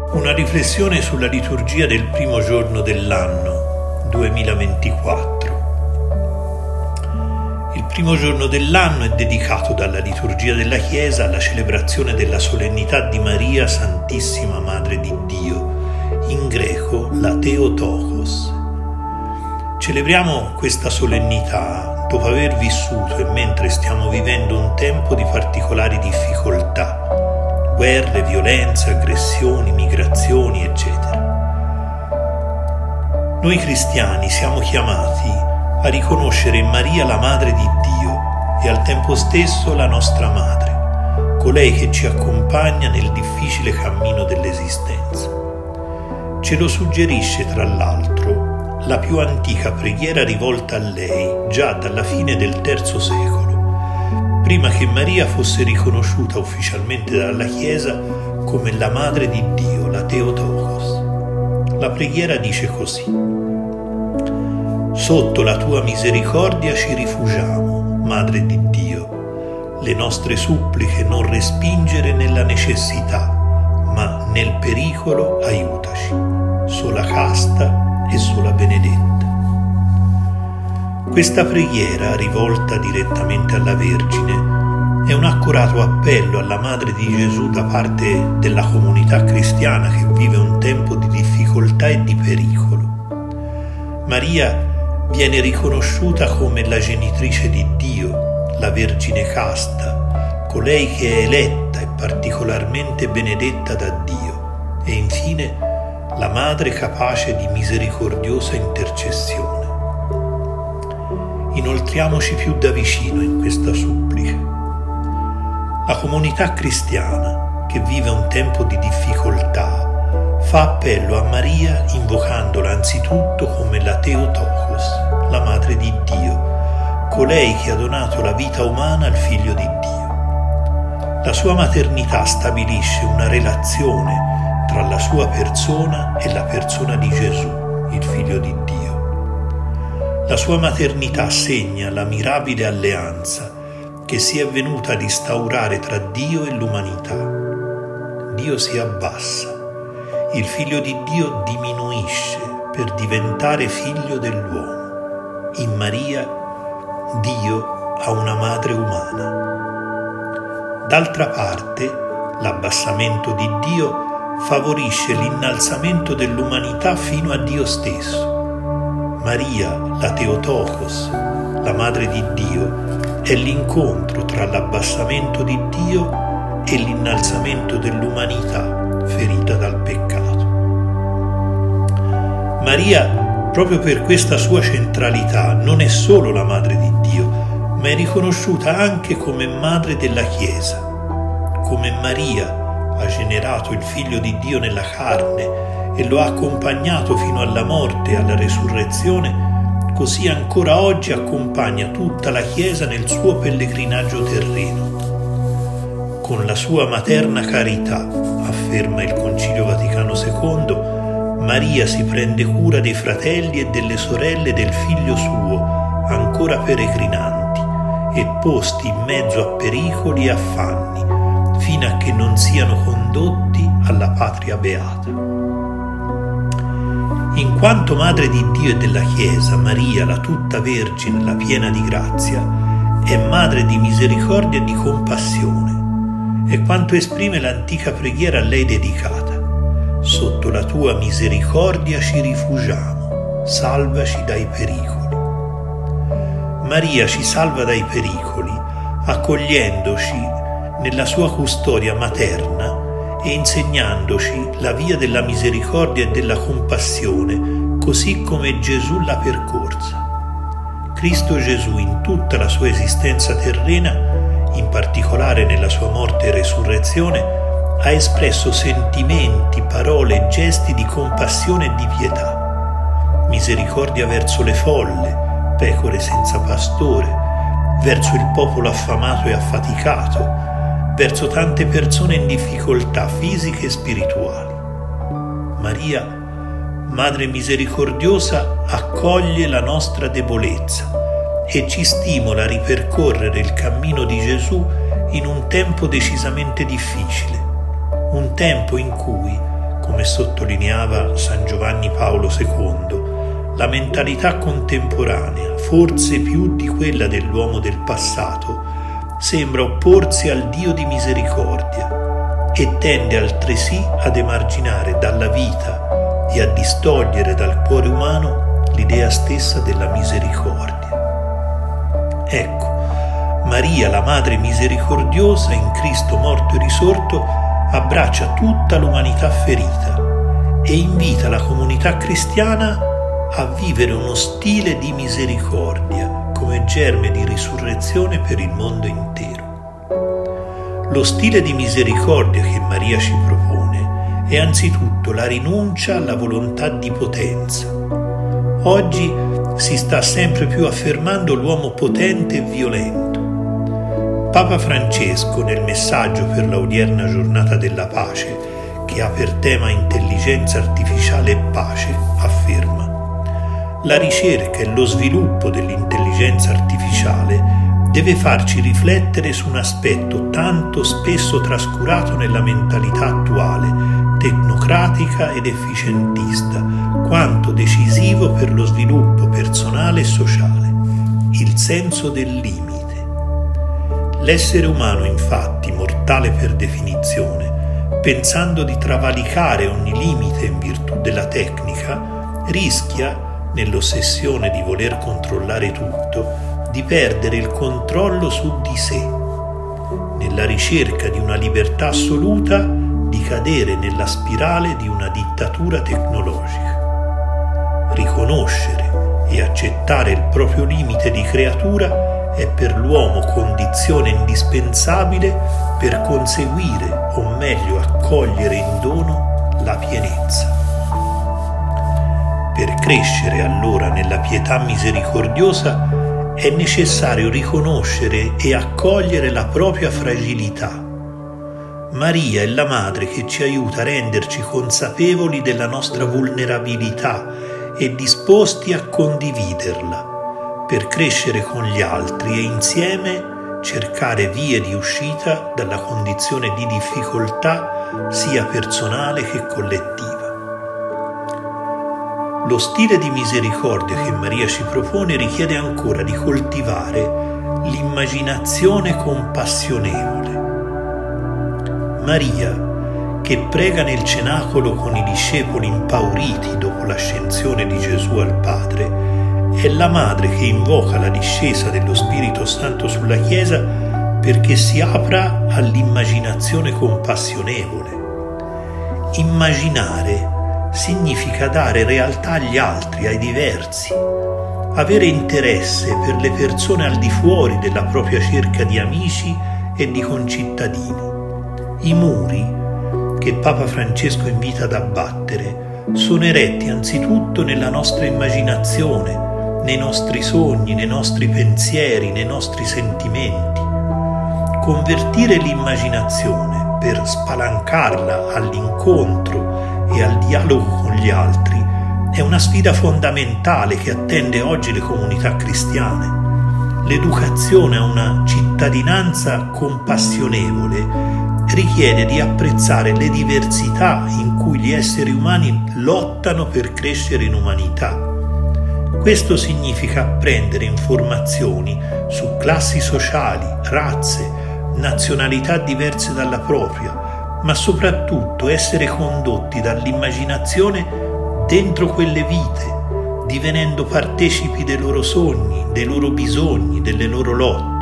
Una riflessione sulla liturgia del primo giorno dell'anno 2024. Il primo giorno dell'anno è dedicato dalla liturgia della Chiesa alla celebrazione della solennità di Maria, Santissima Madre di Dio, in greco la Theotokos. Celebriamo questa solennità dopo aver vissuto e mentre stiamo vivendo un tempo di particolari difficoltà, guerre, violenze, aggressioni, migrazioni, eccetera. Noi cristiani siamo chiamati a riconoscere in Maria la Madre di Dio e al tempo stesso la nostra Madre, colei che ci accompagna nel difficile cammino dell'esistenza. Ce lo suggerisce, tra l'altro, la più antica preghiera rivolta a lei già dalla fine del III secolo, prima che Maria fosse riconosciuta ufficialmente dalla Chiesa come la Madre di Dio, la Theotokos. La preghiera dice così: sotto la tua misericordia ci rifugiamo, Madre di Dio, le nostre suppliche non respingere nella necessità, ma nel pericolo aiutaci, sola casta e sola benedetta. Questa preghiera, rivolta direttamente alla Vergine, è un accurato appello alla Madre di Gesù da parte della comunità cristiana che vive un tempo di difficoltà e di pericolo. Maria viene riconosciuta come la genitrice di Dio, la Vergine casta, colei che è eletta e particolarmente benedetta da Dio, e infine la Madre capace di misericordiosa intercessione. Inoltriamoci più da vicino in questa supplica. La comunità cristiana, che vive un tempo di difficoltà, fa appello a Maria invocandola anzitutto come la Theotokos, la Madre di Dio, colei che ha donato la vita umana al Figlio di Dio. La sua maternità stabilisce una relazione tra la sua persona e la persona di Gesù, il Figlio di Dio. La sua maternità segna la mirabile alleanza che si è venuta ad instaurare tra Dio e l'umanità. Dio si abbassa, il Figlio di Dio diminuisce per diventare figlio dell'uomo. In Maria Dio ha una madre umana. D'altra parte, l'abbassamento di Dio favorisce l'innalzamento dell'umanità fino a Dio stesso. Maria, la Theotokos, la Madre di Dio, è l'incontro tra l'abbassamento di Dio e l'innalzamento dell'umanità ferita dal peccato. Maria, proprio per questa sua centralità, non è solo la Madre di Dio, ma è riconosciuta anche come Madre della Chiesa. Come Maria ha generato il Figlio di Dio nella carne e lo ha accompagnato fino alla morte e alla resurrezione, così ancora oggi accompagna tutta la Chiesa nel suo pellegrinaggio terreno. Con la sua materna carità, afferma il Concilio Vaticano II, Maria si prende cura dei fratelli e delle sorelle del Figlio suo, ancora peregrinanti e posti in mezzo a pericoli e affanni, fino a che non siano condotti alla patria beata. In quanto Madre di Dio e della Chiesa, Maria, la tutta Vergine, la piena di grazia, è Madre di misericordia e di compassione, è quanto esprime l'antica preghiera a lei dedicata. Sotto la tua misericordia ci rifugiamo, salvaci dai pericoli. Maria ci salva dai pericoli, accogliendoci nella sua custodia materna e insegnandoci la via della misericordia e della compassione, così come Gesù l'ha percorsa. Cristo Gesù, in tutta la sua esistenza terrena, in particolare nella sua morte e resurrezione, ha espresso sentimenti, parole e gesti di compassione e di pietà. Misericordia verso le folle, pecore senza pastore, verso il popolo affamato e affaticato, verso tante persone in difficoltà fisiche e spirituali. Maria, Madre misericordiosa, accoglie la nostra debolezza e ci stimola a ripercorrere il cammino di Gesù in un tempo decisamente difficile, un tempo in cui, come sottolineava San Giovanni Paolo II, la mentalità contemporanea, forse più di quella dell'uomo del passato, sembra opporsi al Dio di misericordia e tende altresì ad emarginare dalla vita e a distogliere dal cuore umano l'idea stessa della misericordia. Ecco, Maria, la Madre misericordiosa, in Cristo morto e risorto, abbraccia tutta l'umanità ferita e invita la comunità cristiana a vivere uno stile di misericordia come germe di risurrezione per il mondo intero. Lo stile di misericordia che Maria ci propone è anzitutto la rinuncia alla volontà di potenza. Oggi si sta sempre più affermando l'uomo potente e violento. Papa Francesco, nel messaggio per la odierna giornata della pace, che ha per tema intelligenza artificiale e pace, afferma: la ricerca e lo sviluppo dell'intelligenza artificiale deve farci riflettere su un aspetto tanto spesso trascurato nella mentalità attuale, tecnocratica ed efficientista, quanto decisivo per lo sviluppo personale e sociale: il senso del limite. L'essere umano, infatti, mortale per definizione, pensando di travalicare ogni limite in virtù della tecnica, rischia, nell'ossessione di voler controllare tutto, di perdere il controllo su di sé. Nella ricerca di una libertà assoluta, di cadere nella spirale di una dittatura tecnologica. Riconoscere e accettare il proprio limite di creatura è per l'uomo condizione indispensabile per conseguire, o meglio accogliere in dono, la pienezza. Per crescere allora nella pietà misericordiosa è necessario riconoscere e accogliere la propria fragilità. Maria è la Madre che ci aiuta a renderci consapevoli della nostra vulnerabilità e disposti a condividerla, per crescere con gli altri e insieme cercare vie di uscita dalla condizione di difficoltà sia personale che collettiva. Lo stile di misericordia che Maria ci propone richiede ancora di coltivare l'immaginazione compassionevole. Maria, che prega nel cenacolo con i discepoli impauriti dopo l'ascensione di Gesù al Padre, è la Madre che invoca la discesa dello Spirito Santo sulla Chiesa perché si apra all'immaginazione compassionevole. Immaginare significa dare realtà agli altri, ai diversi, avere interesse per le persone al di fuori della propria cerca di amici e di concittadini. I muri che Papa Francesco invita ad abbattere sono eretti anzitutto nella nostra immaginazione, nei nostri sogni, nei nostri pensieri, nei nostri sentimenti. Convertire l'immaginazione per spalancarla all'incontro e al dialogo con gli altri è una sfida fondamentale che attende oggi le comunità cristiane. L'educazione a una cittadinanza compassionevole richiede di apprezzare le diversità in cui gli esseri umani lottano per crescere in umanità. Questo significa apprendere informazioni su classi sociali, razze, nazionalità diverse dalla propria, ma soprattutto essere condotti dall'immaginazione dentro quelle vite, divenendo partecipi dei loro sogni, dei loro bisogni, delle loro lotte.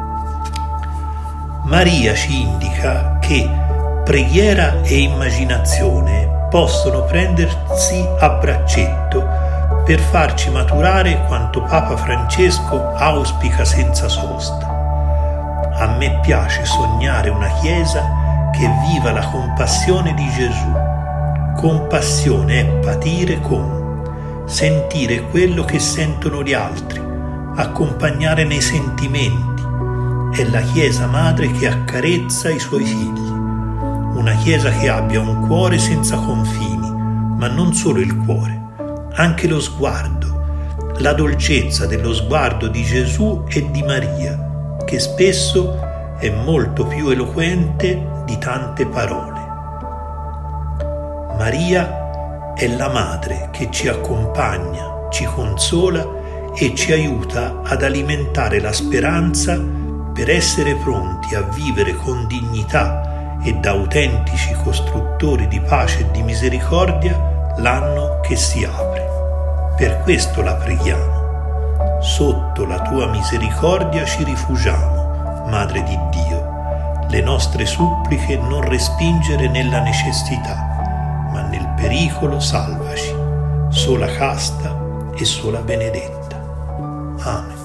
Maria ci indica che preghiera e immaginazione possono prendersi a braccetto per farci maturare quanto Papa Francesco auspica senza sosta. A me piace sognare una Chiesa che viva la compassione di Gesù. Compassione è patire con, sentire quello che sentono gli altri, accompagnare nei sentimenti. È la Chiesa madre che accarezza i suoi figli. Una Chiesa che abbia un cuore senza confini, ma non solo il cuore, anche lo sguardo, la dolcezza dello sguardo di Gesù e di Maria, che spesso è molto più eloquente di tante parole. Maria è la madre che ci accompagna, ci consola e ci aiuta ad alimentare la speranza per essere pronti a vivere con dignità e da autentici costruttori di pace e di misericordia l'anno che si apre. Per questo la preghiamo. Sotto la tua misericordia ci rifugiamo, Madre di Dio. Le nostre suppliche non respingere nella necessità, ma nel pericolo salvaci. Sola casta e sola benedetta. Amen.